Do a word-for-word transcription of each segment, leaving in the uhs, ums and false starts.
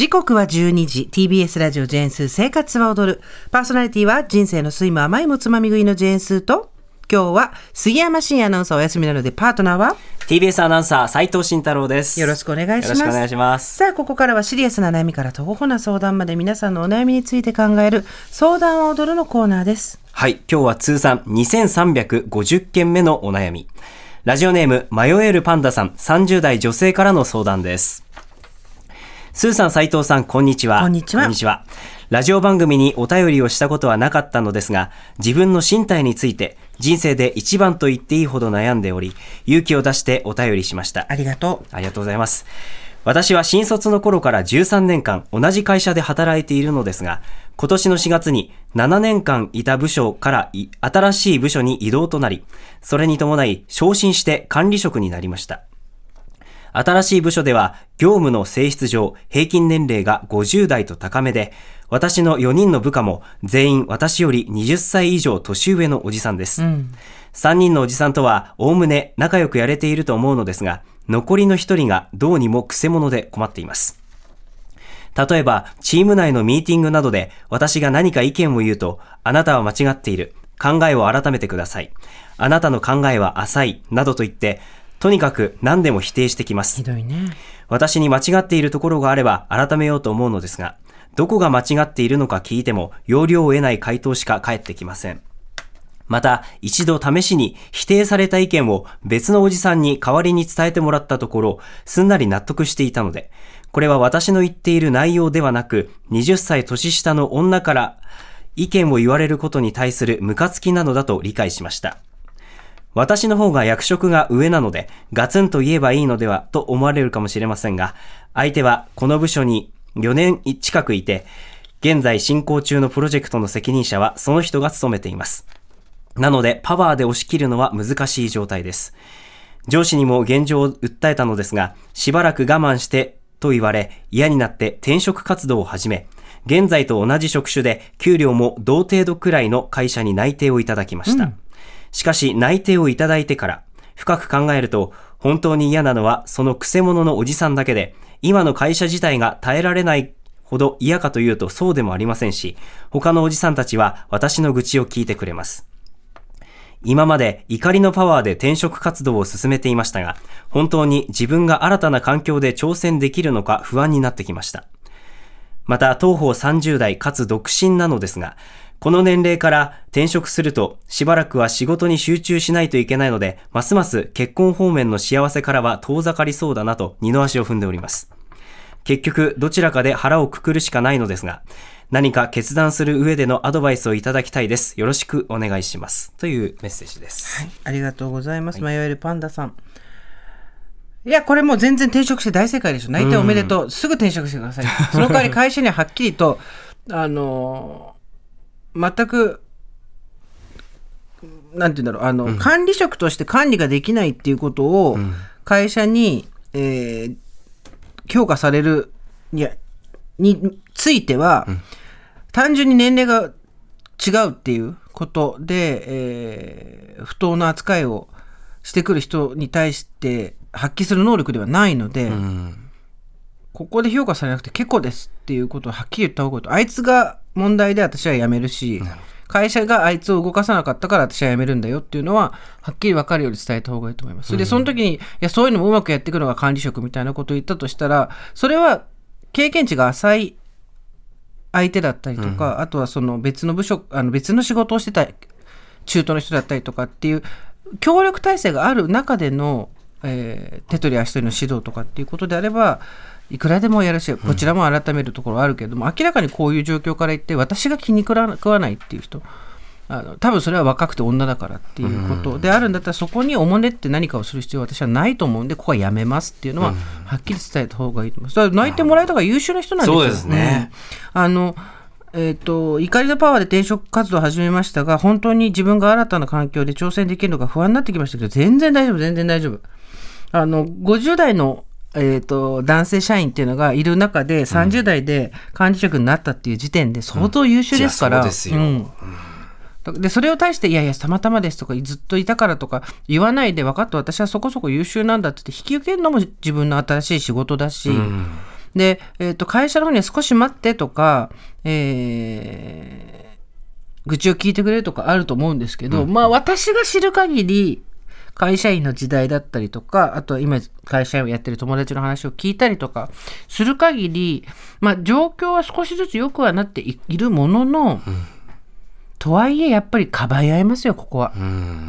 時刻はじゅうにじ、 ティービーエス ラジオジェーンスー生活は踊る。パーソナリティは人生の酸いも甘いもつまみ食いのジェーンスーと、今日は杉山真也アナウンサーお休みなので、パートナーはティービーエス アナウンサー斉藤慎太郎です。 よろしくお願いします。 よろしくお願いします。 さあ、ここからはシリアスな悩みから徒歩な相談まで、皆さんのお悩みについて考える相談は踊るのコーナーです。 はい、今日は通算にせんさんびゃくごじゅっけんめのお悩み、ラジオネーム迷えるパンダさん、さんじゅう代女性からの相談です。スーさん、斉藤さん、こんにちは。 こんにちは。 こんにちは。ラジオ番組にお便りをしたことはなかったのですが、自分の身体について人生で一番と言っていいほど悩んでおり、勇気を出してお便りしました。 ありがとう。 ありがとうございます。私は新卒の頃からじゅうさんねんかん同じ会社で働いているのですが、今年のしがつにななねんかんいた部署から新しい部署に異動となり、それに伴い昇進して管理職になりました。新しい部署では業務の性質上平均年齢がごじゅう代と高めで、私のよにんの部下も全員私よりはたち以上年上のおじさんです、うん、さんにんのおじさんとはおおむね仲良くやれていると思うのですが、残りのひとりがどうにもくせ者で困っています。例えばチーム内のミーティングなどで私が何か意見を言うと、あなたは間違っている、考えを改めてください、あなたの考えは浅いなどと言って、とにかく何でも否定してきます。 ひどいね。 私に間違っているところがあれば改めようと思うのですが、どこが間違っているのか聞いても要領を得ない回答しか返ってきません。また一度試しに否定された意見を別のおじさんに代わりに伝えてもらったところ、すんなり納得していたので、これは私の言っている内容ではなく、はたち年下の女から意見を言われることに対するムカつきなのだと理解しました。私の方が役職が上なのでガツンと言えばいいのではと思われるかもしれませんが、相手はこの部署によねん近くいて、現在進行中のプロジェクトの責任者はその人が務めています。なのでパワーで押し切るのは難しい状態です。上司にも現状を訴えたのですが、しばらく我慢してと言われ、嫌になって転職活動を始め、現在と同じ職種で給料も同程度くらいの会社に内定をいただきました、うん。しかし内定をいただいてから深く考えると、本当に嫌なのはそのくせ者のおじさんだけで、今の会社自体が耐えられないほど嫌かというとそうでもありませんし、他のおじさんたちは私の愚痴を聞いてくれます。今まで怒りのパワーで転職活動を進めていましたが、本当に自分が新たな環境で挑戦できるのか不安になってきました。また当方さんじゅう代かつ独身なのですが、この年齢から転職するとしばらくは仕事に集中しないといけないので、ますます結婚方面の幸せからは遠ざかりそうだなと二の足を踏んでおります。結局どちらかで腹をくくるしかないのですが、何か決断する上でのアドバイスをいただきたいです。よろしくお願いします、というメッセージです。 はい、ありがとうございます。迷えるパンダさん、いやこれもう全然転職して大正解でしょ。内定おめでとう、すぐ転職してください。その代わり会社にははっきりとあのー全くなんて言うんだろう、あの、うん、管理職として管理ができないっていうことを会社に、うんえー、評価されるいやについては、うん、単純に年齢が違うっていうことで、えー、不当な扱いをしてくる人に対して発揮する能力ではないので、うん、ここで評価されなくて結構ですっていうことをはっきり言った方がいいと。あいつが問題で私は辞めるし、会社があいつを動かさなかったから私は辞めるんだよっていうのははっきり分かるように伝えた方がいいと思います。それでその時にいやそういうのもうまくやっていくのが管理職みたいなことを言ったとしたら、それは経験値が浅い相手だったりとか、うん、あとはその別の部署あの別の仕事をしてた中途の人だったりとかっていう協力体制がある中での、えー、手取り足取りの指導とかっていうことであればいくらでもやるし、こちらも改めるところはあるけれども、うん、明らかにこういう状況から言って私が気に食わないっていう人、あの多分それは若くて女だからっていうことであるんだったら、そこにおもねって何かをする必要は私はないと思うんで、ここはやめますっていうのははっきり伝えた方がいいと思います。だから泣いてもらえたから優秀な人なんですよ。 そうですね、 うん、あのえーと、怒りのパワーで転職活動を始めましたが、本当に自分が新たな環境で挑戦できるのか不安になってきましたけど、全然大丈夫全然大丈夫。あのごじゅう代のえー、と男性社員っていうのがいる中でさんじゅう代で管理職になったっていう時点で相当優秀ですから、うん、そうですよ、うん、でそれを対していやいやたまたまですとかずっといたからとか言わないで、分かった私はそこそこ優秀なんだって言って引き受けるのも自分の新しい仕事だし、うん、 で、えーと、会社の方には少し待ってとか、えー、愚痴を聞いてくれるとかあると思うんですけど、うん、まあ私が知る限り会社員の時代だったりとか、あとは今会社員をやってる友達の話を聞いたりとかする限り、まあ状況は少しずつ良くはなっているものの、うん、とはいえやっぱりかばい合いますよここは、うん、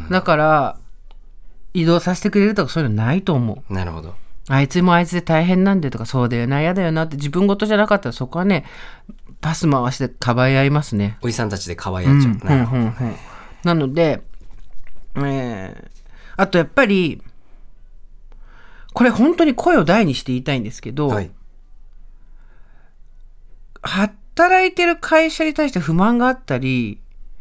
だから移動させてくれるとかそういうのないと思う。 なるほど。 あいつもあいつで大変なんでとか、そうだよな嫌だよなって自分事じゃなかったら、そこはねパス回してかばい合いますね。 おじさんたちでかばい合っちゃう、うん、なるほど、うんうんうん、 なので、えー、あとやっぱりこれ本当に声を大にして言いたいんですけど、はい、働いてる会社に対して不満があったり、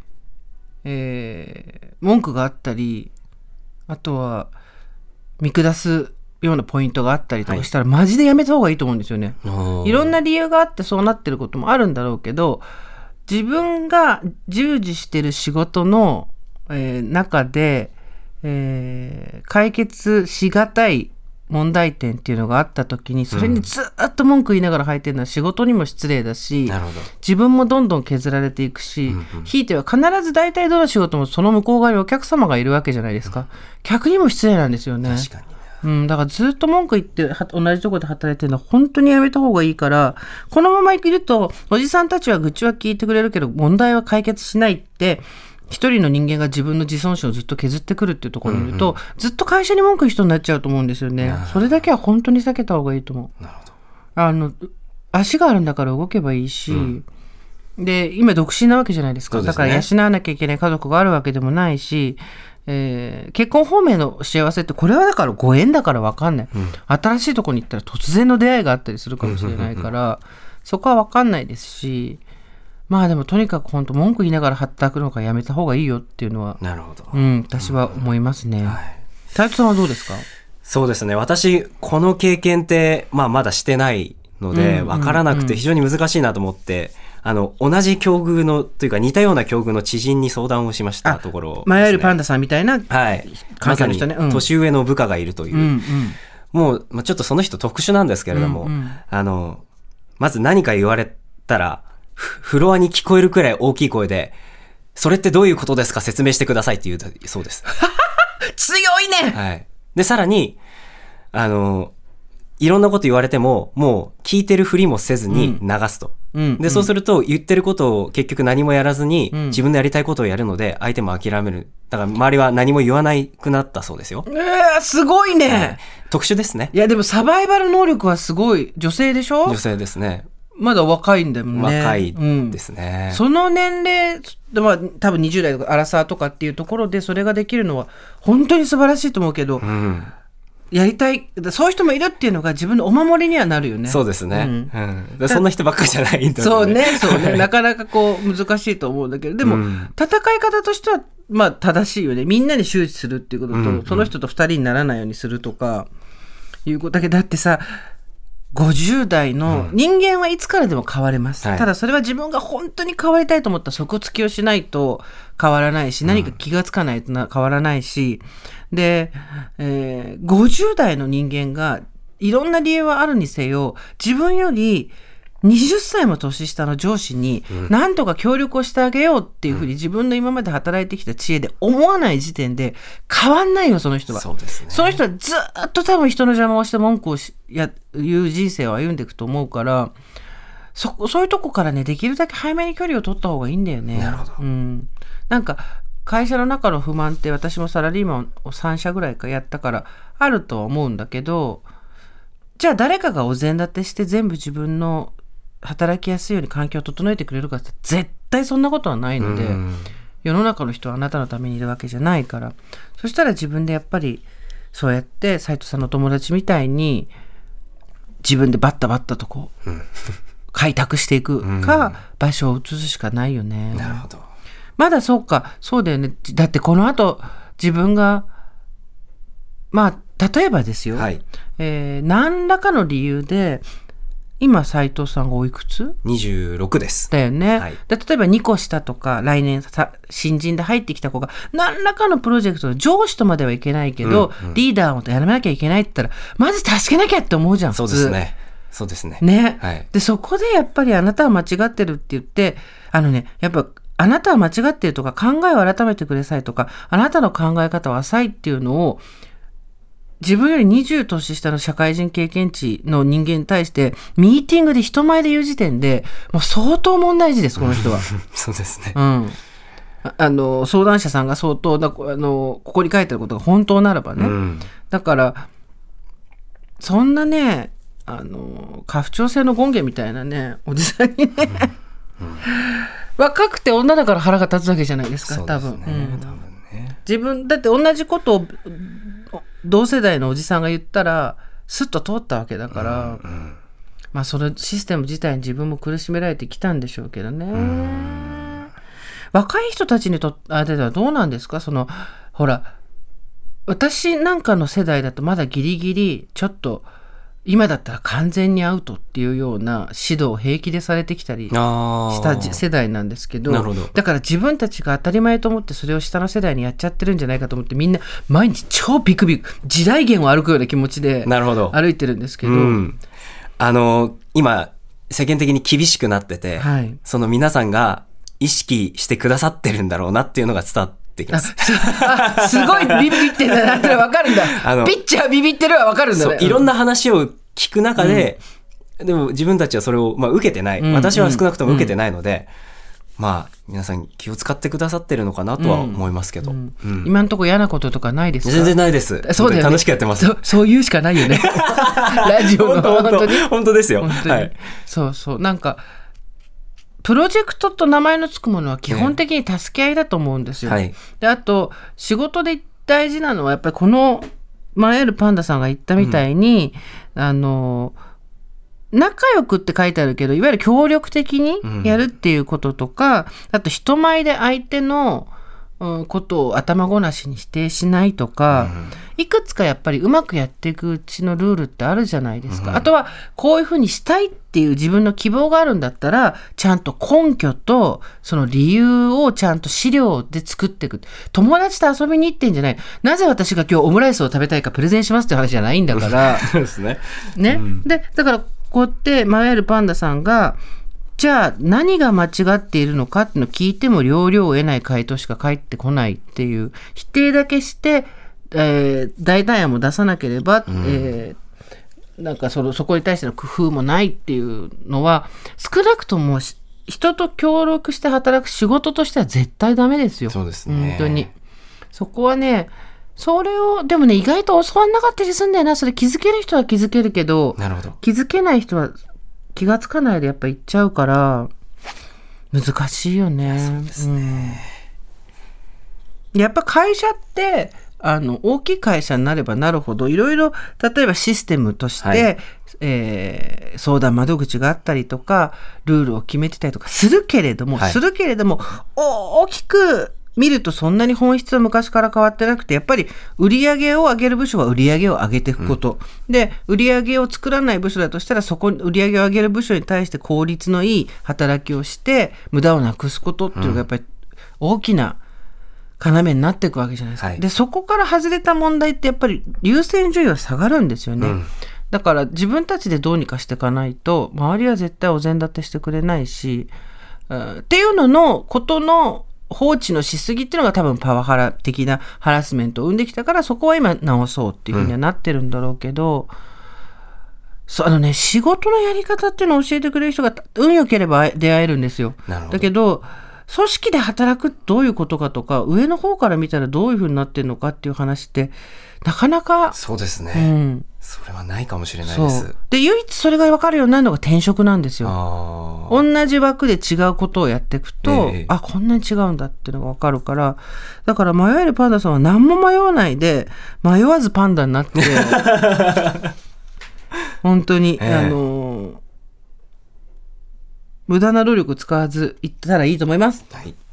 えー、文句があったり、あとは見下すようなポイントがあったりとかしたら、はい、マジでやめた方がいいと思うんですよね。いろんな理由があってそうなってることもあるんだろうけど、自分が従事してる仕事の、えー、中で、えー、解決しがたい問題点っていうのがあった時に、それにずっと文句言いながら入ってるのは仕事にも失礼だし、なるほど、自分もどんどん削られていくし、うんうん、ひいては必ず大体どの仕事もその向こう側にお客様がいるわけじゃないですか、うん、客にも失礼なんですよね。 確かに、 うん、だからずっと文句言って同じところで働いてるのは本当にやめた方がいいから、このままいるとおじさんたちは愚痴は聞いてくれるけど問題は解決しないって、一人の人間が自分の自尊心をずっと削ってくるっていうところにいると、うんうん、ずっと会社に文句言う人になっちゃうと思うんですよね。それだけは本当に避けた方がいいと思う。なるほど。あの足があるんだから動けばいいし、うん、で今独身なわけじゃないですか。ですね、だから養わなきゃいけない家族があるわけでもないし、えー、結婚方面の幸せってこれはだからご縁だから分かんない、うん、新しいところに行ったら突然の出会いがあったりするかもしれないから、そこは分かんないですし、まあでもとにかく本当文句言いながら働くのがやめた方がいいよっていうのは、 なるほど、 うん、私は思いますね。斉藤さんはどうですか？ そうですね、私この経験って、まあ、まだしてないので分からなくて非常に難しいなと思って、あの同じ境遇のというか似たような境遇の知人に相談をしましたところ、ね、 前よりパンダさんみたいな関係の人ね、 はい、まさに年上の部下がいるという、うんうん、もう、まあ、ちょっとその人特殊なんですけれども、うんうん、あのまず何か言われたらフロアに聞こえるくらい大きい声で、それってどういうことですか説明してくださいって言うそうです強いね、 はい、でさらにあのいろんなこと言われてももう聞いてるふりもせずに流すと、うん、でそうすると言ってることを結局何もやらずに、うん、自分のやりたいことをやるので相手も諦める。だから周りは何も言わなくなったそうですよ。 えー、すごいね、はい、 特殊ですね。 いやでもサバイバル能力はすごい。女性でしょ？ 女性ですね。 まだ若いんだもんね。 若いですね、うん、 その年齢で、まあ、多分にじゅう代とかアラサーとかっていうところでそれができるのは本当に素晴らしいと思うけど、うん、やりたい、そういう人もいるっていうのが自分のお守りにはなるよね。 そうですね、うんうん、そんな人ばっかりじゃないんだ、ね、 そうね、そうねなかなかこう難しいと思うんだけど、でも、うん、戦い方としてはまあ正しいよね。みんなに周知するっていうことと、うんうん、その人とふたりにならないようにするとかいうことだけど、だってさごじゅう代の人間はいつからでも変われます、うん、ただそれは自分が本当に変わりたいと思ったら底突きをしないと変わらないし、何か気がつかないとな変わらないし、で、えー、ごじゅう代の人間がいろんな理由はあるにせよ、自分よりはたちも年下の上司に何とか協力をしてあげようっていうふうに自分の今まで働いてきた知恵で思わない時点で変わんないよ、その人は。 そうですね。 その人はずっと多分人の邪魔をして文句をしや言う人生を歩んでいくと思うから、そ, そういうとこからねできるだけ早めに距離を取った方がいいんだよね。 なるほど、 うん、なんか会社の中の不満って私もサラリーマンをさん社ぐらいかやったからあるとは思うんだけど、じゃあ誰かがお膳立てして全部自分の働きやすいように環境を整えてくれるかって絶対そんなことはないので、世の中の人はあなたのためにいるわけじゃないから、そしたら自分でやっぱりそうやって斉藤さんの友達みたいに自分でバッタバッタとこう、うん、開拓していくか、うん、場所を移すしかないよね。 なるほど。 まだそうか、そうだよね。だってこの後自分がまあ例えばですよ、はい、えー、何らかの理由で今斉藤さんがおいくつ？ にじゅうろくですだよね、はい、で例えばにこ下とか来年さ新人で入ってきた子が何らかのプロジェクトの上司とまではいけないけど、うんうん、リーダーをやらなきゃいけないって言ったらまず助けなきゃって思うじゃん。 そうですね、 そうですね。 ね、 はい、 でそこでやっぱりあなたは間違ってるって言って、あのね、やっぱあなたは間違ってるとか、考えを改めてくださいとか、あなたの考え方は浅いっていうのを、自分よりにじゅう年下の社会人経験値の人間に対してミーティングで人前で言う時点でもう相当問題児です、この人は。 そうですね、 うん、ああの相談者さんが相当だ、あのここに書いてあることが本当ならばね、うん、だからそんなね、あの家父長制の権限みたいなねおじさんにね、うんうん、若くて女だから腹が立つわけじゃないですか、多分。自分だって同じことを同世代のおじさんが言ったらスッと通ったわけだから、うんうん、まあそのシステム自体に自分も苦しめられてきたんでしょうけどね。うん、若い人たちにとってはどうなんですか？そのほら、私なんかの世代だとまだギリギリちょっと今だったら完全にアウトっていうような指導を平気でされてきたりした世代なんですけど、 なるほど。 だから自分たちが当たり前と思ってそれを下の世代にやっちゃってるんじゃないかと思って、みんな毎日超ビクビク時代源を歩くような気持ちで歩いてるんですけど、 うん、あの今世間的に厳しくなってて、はい、その皆さんが意識してくださってるんだろうなっていうのが伝わってきます。 あ、すごいビビってんだなって分かるんだ。あのピッチャービビってるは分かるんだね。 そう、いろんな話を聞く中で、うん、でも自分たちはそれを、まあ、受けてない、うん、私は少なくとも受けてないので、うん、まあ皆さん気を使ってくださってるのかなとは思いますけど、うんうんうん、今のところ嫌なこととかないですか？ 全然ないです。そうだよね、楽しくやってます。 そ, そういうしかないよねラジオの本当本当本当ですよ。 本当に、はい、そうそう、なんかプロジェクトと名前のつくものは基本的に助け合いだと思うんですよ、ね、はい、であと仕事で大事なのはやっぱりこの前あるパンダさんが言ったみたいに、うん、あの仲良くって書いてあるけど、いわゆる協力的にやるっていうこととか、うん、あと人前で相手の、うん、ことを頭ごなしに否定しないとか、うん、いくつかやっぱりうまくやっていくうちのルールってあるじゃないですか、うん、あとはこういうふうにしたいっていう自分の希望があるんだったらちゃんと根拠とその理由をちゃんと資料で作っていく。友達と遊びに行ってんじゃない、なぜ私が今日オムライスを食べたいかプレゼンしますって話じゃないんだからそうですね、 ね、うん、でだからこうやってマヤエルパンダさんがじゃあ何が間違っているのかっていうのを聞いても要領を得ない回答しか返ってこないっていう、否定だけして、えー、代替案も出さなければ、うん、えー、なんか そ, そこに対しての工夫もないっていうのは少なくとも人と協力して働く仕事としては絶対ダメですよ。 そうですね、 本当にそこはね、それをでもね意外と教わんなかったりするんだよな。それ気づける人は気づけるけど、 なるほど、 気づけない人は気がつかないでやっぱ言っちゃうから難しいよね。 そうですね、 うん、やっぱ会社ってあの大きい会社になればなるほどいろいろ、例えばシステムとして、はい、えー、相談窓口があったりとかルールを決めてたりとかするけれども、はい、するけれども大きく見るとそんなに本質は昔から変わってなくて、やっぱり売り上げを上げる部署は売り上げを上げていくこと、うん、で売り上げを作らない部署だとしたらそこに売り上げを上げる部署に対して効率のいい働きをして無駄をなくすことっていうのがやっぱり大きな要になっていくわけじゃないですか、はい、でそこから外れた問題ってやっぱり優先順位は下がるんですよね、うん、だから自分たちでどうにかしていかないと周りは絶対お膳立てしてくれないし、うん、っていうののことの放置のしすぎっていうのが多分パワハラ的なハラスメントを生んできたから、そこは今直そうっていうふうにはなってるんだろうけど、うん、そうあのね、仕事のやり方っていうのを教えてくれる人が運良ければ出会えるんですよ。だけど組織で働くどういうことかとか上の方から見たらどういうふうになってるのかっていう話ってなかなか、 そうですね、 うん、 それはないかもしれないです。 そうで唯一それが分かるようになるのが転職なんですよ。あ同じ枠で違うことをやっていくと、えー、あこんなに違うんだっていうのが分かるから、だから迷えるパンダさんは何も迷わないで迷わずパンダになって本当に、えー、あの無駄な労力使わずいったらいいと思います。 はい。